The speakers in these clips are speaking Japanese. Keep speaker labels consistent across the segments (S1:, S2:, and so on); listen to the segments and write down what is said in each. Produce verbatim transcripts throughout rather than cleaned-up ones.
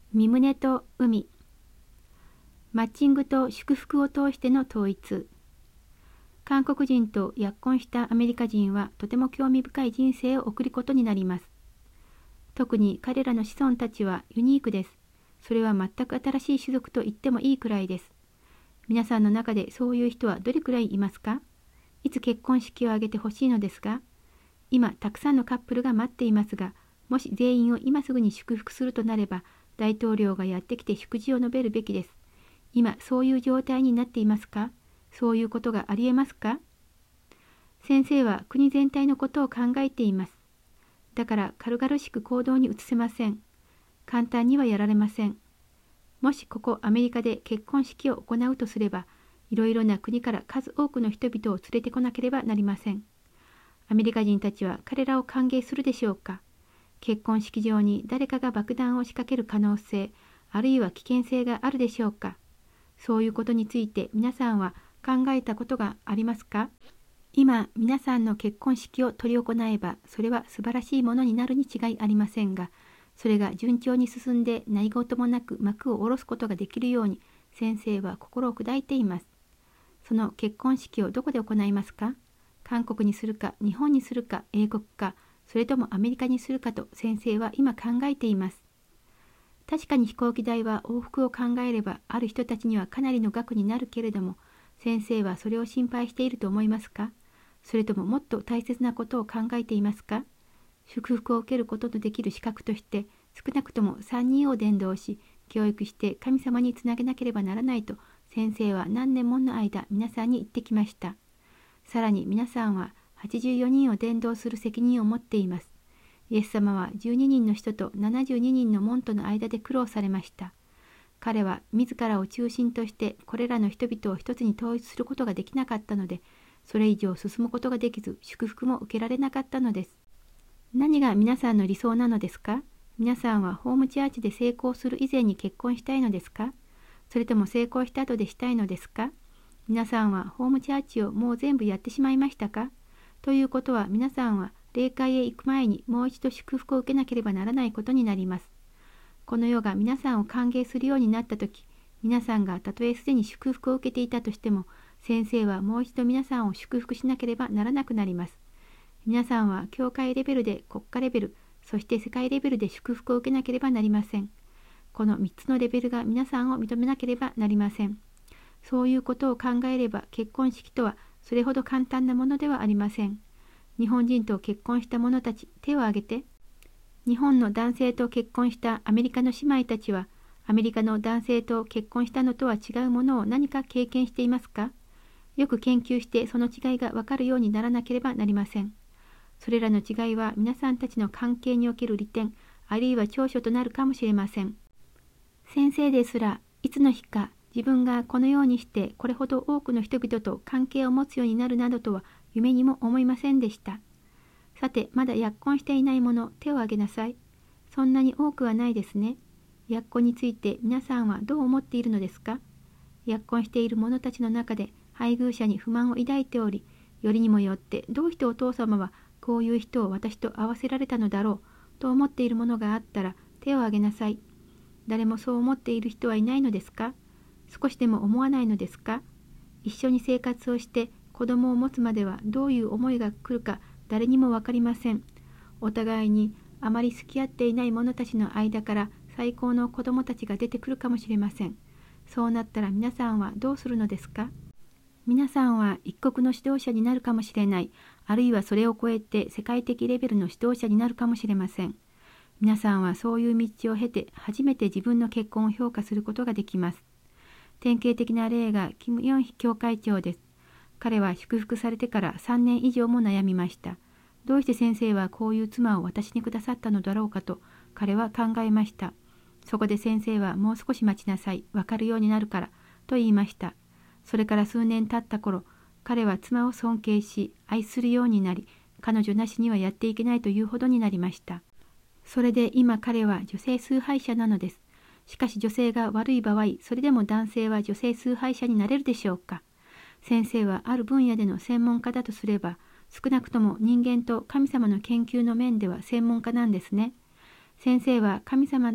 S1: 身旨と海。マッチングと祝福を通しての統一。韓国人と約婚したアメリカ人はとても興味深い人生を送ることになります。特に彼らの子孫たちはユニークです。それは全く新しい種族と言ってもいいくらいです。皆さんの中でそういう人はどれくらいいますか？いつ結婚式を挙げてほしいのですか？今たくさんのカップルが待っていますが、もし全員を今すぐに祝福するとなれば、大統領がやってきて祝辞を述べるべきです。今そういう状態になっていますか？そういうことがありえますか？先生は国全体のことを考えています。だから軽々しく行動に移せません。簡単にはやられません。もしここアメリカで結婚式を行うとすれば、いろいろな国から数多くの人々を連れてこなければなりません。アメリカ人たちは彼らを歓迎するでしょうか？結婚式場に誰かが爆弾を仕掛ける可能性、あるいは危険性があるでしょうか？そういうことについて皆さんは考えたことがありますか？今皆さんの結婚式を執り行えば、それは素晴らしいものになるに違いありませんが、それが順調に進んで何事もなく幕を下ろすことができるように、先生は心を砕いています。その結婚式をどこで行いますか？韓国にするか、日本にするか、英国か、それともアメリカにするかと先生は今考えています。確かに飛行機代は往復を考えればある人たちにはかなりの額になるけれども、先生はそれを心配していると思いますか？それとももっと大切なことを考えていますか？祝福を受けることのできる資格として少なくともさんにんを伝道し、教育して神様につなげなければならないと先生は何年もの間皆さんに言ってきました。さらに皆さんははちじゅうよにんを伝道する責任を持っています。イエス様はじゅうににんの人とななじゅうににんの門徒の間で苦労されました。彼は自らを中心としてこれらの人々を一つに統一することができなかったので、それ以上進むことができず祝福も受けられなかったのです。何が皆さんの理想なのですか？皆さんはホームチャーチで成功する以前に結婚したいのですか？それとも成功した後でしたいのですか？皆さんはホームチャーチをもう全部やってしまいましたか？ということは皆さんは霊界へ行く前にもう一度祝福を受けなければならないことになります。この世が皆さんを歓迎するようになったとき、皆さんがたとえすでに祝福を受けていたとしても、先生はもう一度皆さんを祝福しなければならなくなります。皆さんは教会レベルで国家レベル、そして世界レベルで祝福を受けなければなりません。このみっつのレベルが皆さんを認めなければなりません。そういうことを考えれば結婚式とはそれほど簡単なものではありません。日本人と結婚した者たち、手を挙げて。日本の男性と結婚したアメリカの姉妹たちは、アメリカの男性と結婚したのとは違うものを何か経験していますか？よく研究してその違いがわかるようにならなければなりません。それらの違いは皆さんたちの関係における利点、あるいは長所となるかもしれません。先生ですら、いつの日か自分がこのようにしてこれほど多くの人々と関係を持つようになるなどとは夢にも思いませんでした。さて、まだ約婚していない者、手を挙げなさい。そんなに多くはないですね。約婚について皆さんはどう思っているのですか？約婚している者たちの中で配偶者に不満を抱いており、よりにもよってどうしてお父様はこういう人を私と会わせられたのだろうと思っているものがあったら手を挙げなさい。誰もそう思っている人はいないのですか？少しでも思わないのですか？一緒に生活をして子供を持つまではどういう思いが来るか誰にもわかりません。お互いにあまり好き合っていない者たちの間から最高の子供たちが出てくるかもしれません。そうなったら皆さんはどうするのですか？皆さんは一国の指導者になるかもしれない、あるいはそれを超えて世界的レベルの指導者になるかもしれません。皆さんはそういう道を経て初めて自分の結婚を評価することができます。典型的な例がキム・ヨンヒ教会長です。彼は祝福されてからさんねん以上も悩みました。どうして先生はこういう妻を私にくださったのだろうかと彼は考えました。そこで先生はもう少し待ちなさい、わかるようになるからと言いました。それから数年経った頃、彼は妻を尊敬し愛するようになり、彼女なしにはやっていけないというほどになりました。それで今彼は女性崇拝者なのです。しかし女性が悪い場合、それでも男性は女性崇拝者になれるでしょうか。先生はある分野での専門家だとすれば、少なくとも人間と神様の研究の面では専門家なんですね。先生は神様の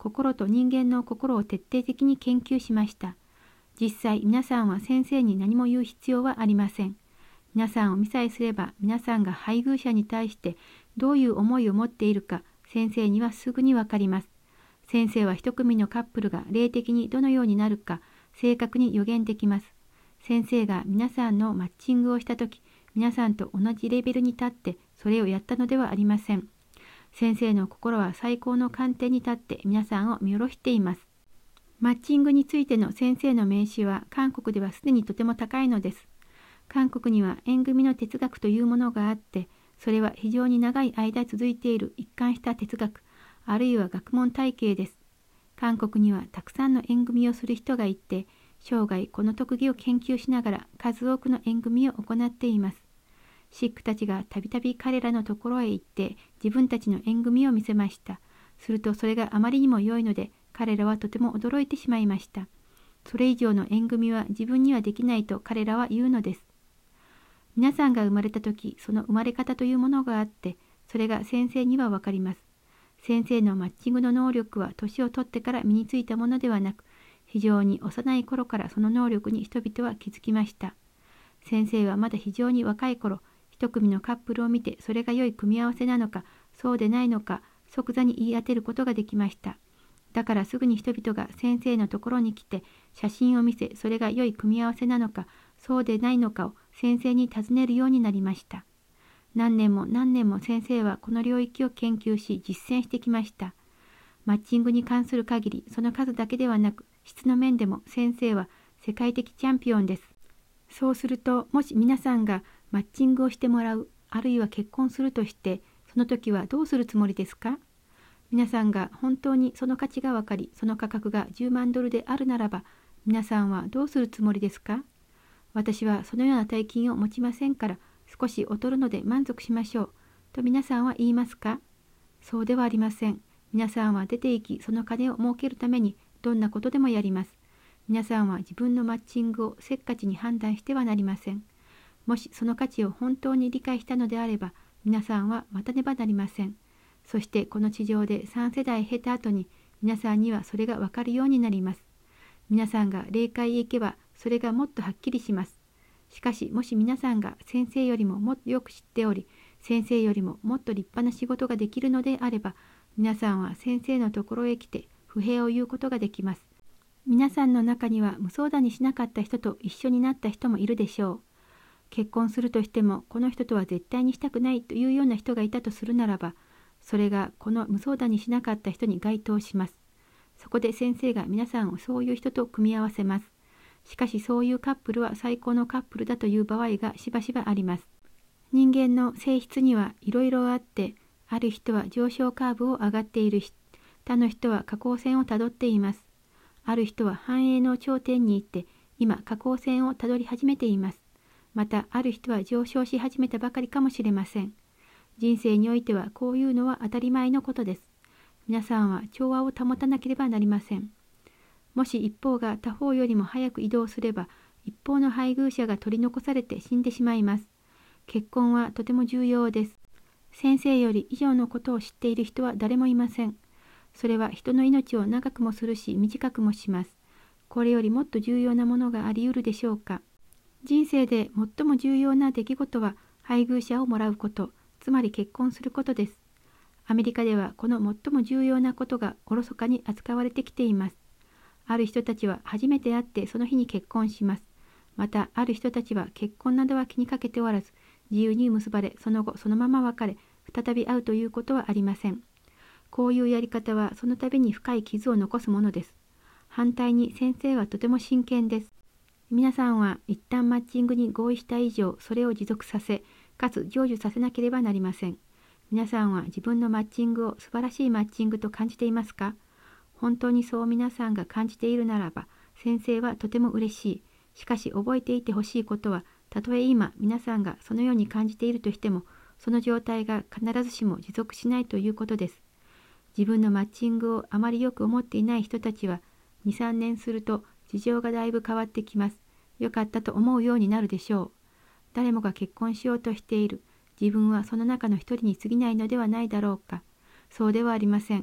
S1: 心と人間の心を徹底的に研究しました。実際皆さんは先生に何も言う必要はありません。皆さんを見さえすれば皆さんが配偶者に対してどういう思いを持っているか先生にはすぐにわかります。先生は一組のカップルが霊的にどのようになるか正確に予言できます。先生が皆さんのマッチングをしたとき、皆さんと同じレベルに立ってそれをやったのではありません。先生の心は最高の観点に立って皆さんを見下ろしています。マッチングについての先生の名刺は韓国ではすでにとても高いのです。韓国には縁組の哲学というものがあって、それは非常に長い間続いている一貫した哲学、あるいは学問体系です。韓国にはたくさんの縁組をする人がいて、生涯この特技を研究しながら数多くの縁組を行っています。シックたちがたびたび彼らのところへ行って自分たちの縁組を見せました。するとそれがあまりにも良いので、彼らはとても驚いてしまいました。それ以上の縁組は自分にはできないと彼らは言うのです。皆さんが生まれた時、その生まれ方というものがあって、それが先生にはわかります。先生のマッチングの能力は年を取ってから身についたものではなく、非常に幼い頃からその能力に人々は気づきました。先生はまだ非常に若い頃、一組のカップルを見てそれが良い組み合わせなのか、そうでないのか、即座に言い当てることができました。だからすぐに人々が先生のところに来て写真を見せ、それが良い組み合わせなのかそうでないのかを先生に尋ねるようになりました。何年も何年も先生はこの領域を研究し実践してきました。マッチングに関する限り、その数だけではなく質の面でも先生は世界的チャンピオンです。そうすると、もし皆さんがマッチングをしてもらう、あるいは結婚するとして、その時はどうするつもりですか？皆さんが本当にその価値が分かり、その価格がじゅうまんドルであるならば、皆さんはどうするつもりですか？私はそのような大金を持ちませんから、少し劣るので満足しましょう、と皆さんは言いますか？そうではありません。皆さんは出て行き、その金を儲けるためにどんなことでもやります。皆さんは自分のマッチングをせっかちに判断してはなりません。もしその価値を本当に理解したのであれば、皆さんは待たねばなりません。そしてこの地上でさん世代経た後に皆さんにはそれがわかるようになります。皆さんが霊界へ行けばそれがもっとはっきりします。しかしもし皆さんが先生よりももっとよく知っており、先生よりももっと立派な仕事ができるのであれば、皆さんは先生のところへ来て不平を言うことができます。皆さんの中には無相談にしなかった人と一緒になった人もいるでしょう。結婚するとしてもこの人とは絶対にしたくないというような人がいたとするならば、それがこの無相談にしなかった人に該当します。そこで先生が皆さんをそういう人と組み合わせます。しかしそういうカップルは最高のカップルだという場合がしばしばあります。人間の性質にはいろいろあって、ある人は上昇カーブを上がっているし、他の人は下降線をたどっています。ある人は繁栄の頂点に行って、今下降線をたどり始めています。またある人は上昇し始めたばかりかもしれません。人生においてはこういうのは当たり前のことです。皆さんは調和を保たなければなりません。もし一方が他方よりも早く移動すれば、一方の配偶者が取り残されて死んでしまいます。結婚はとても重要です。先生より以上のことを知っている人は誰もいません。それは人の命を長くもするし短くもします。これよりもっと重要なものがあり得るでしょうか。人生で最も重要な出来事は配偶者をもらうこと、つまり結婚することです。アメリカではこの最も重要なことがおろそかに扱われてきています。ある人たちは初めて会ってその日に結婚します。またある人たちは結婚などは気にかけておらず、自由に結ばれ、その後そのまま別れ、再び会うということはありません。こういうやり方はその度に深い傷を残すものです。反対に先生はとても真剣です。皆さんは一旦マッチングに合意した以上、それを持続させ、かつ成就させなければなりません。皆さんは自分のマッチングを素晴らしいマッチングと感じていますか？本当にそう皆さんが感じているならば、先生はとても嬉しい。しかし覚えていてほしいことは、たとえ今皆さんがそのように感じているとしても、その状態が必ずしも持続しないということです。自分のマッチングをあまりよく思っていない人たちは、に、さんねんすると事情がだいぶ変わってきます。よかったと思うようになるでしょう。誰もが結婚しようとしている。自分はその中の一人に過ぎないのではないだろうか。そうではありません。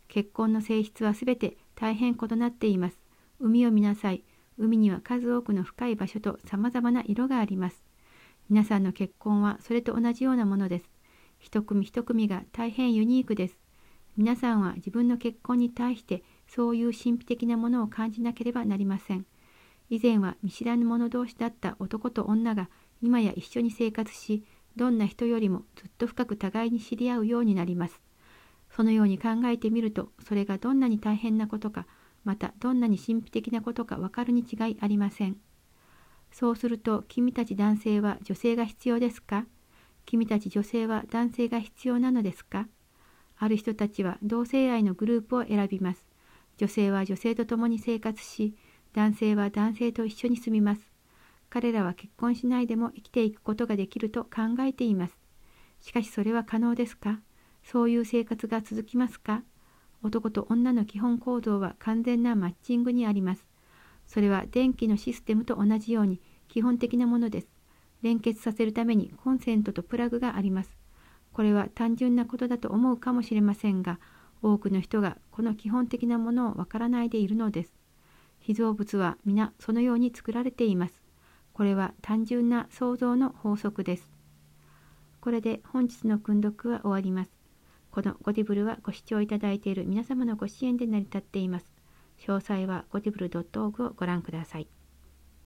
S1: 結婚の性質はすべて大変異なっています。海を見なさい。海には数多くの深い場所と様々な色があります。皆さんの結婚はそれと同じようなものです。一組一組が大変ユニークです。皆さんは自分の結婚に対してそういう神秘的なものを感じなければなりません。以前は見知らぬ者同士だった男と女が今や一緒に生活し、どんな人よりもずっと深く互いに知り合うようになります。そのように考えてみると、それがどんなに大変なことか、またどんなに神秘的なことかわかるに違いありません。そうすると、君たち男性は女性が必要ですか？君たち女性は男性が必要なのですか？ある人たちは同性愛のグループを選びます。女性は女性と共に生活し、男性は男性と一緒に住みます。彼らは結婚しないでも生きていくことができると考えています。しかしそれは可能ですか？そういう生活が続きますか？男と女の基本構造は完全なマッチングにあります。それは電気のシステムと同じように基本的なものです。連結させるためにコンセントとプラグがあります。これは単純なことだと思うかもしれませんが、多くの人がこの基本的なものをわからないでいるのです。被造物は皆そのように作られています。これは単純な創造の法則です。これで本日の訓読は終わります。このゴディブルはご視聴いただいている皆様のご支援で成り立っています。詳細はゴディブル ドットオーアールジ をご覧ください。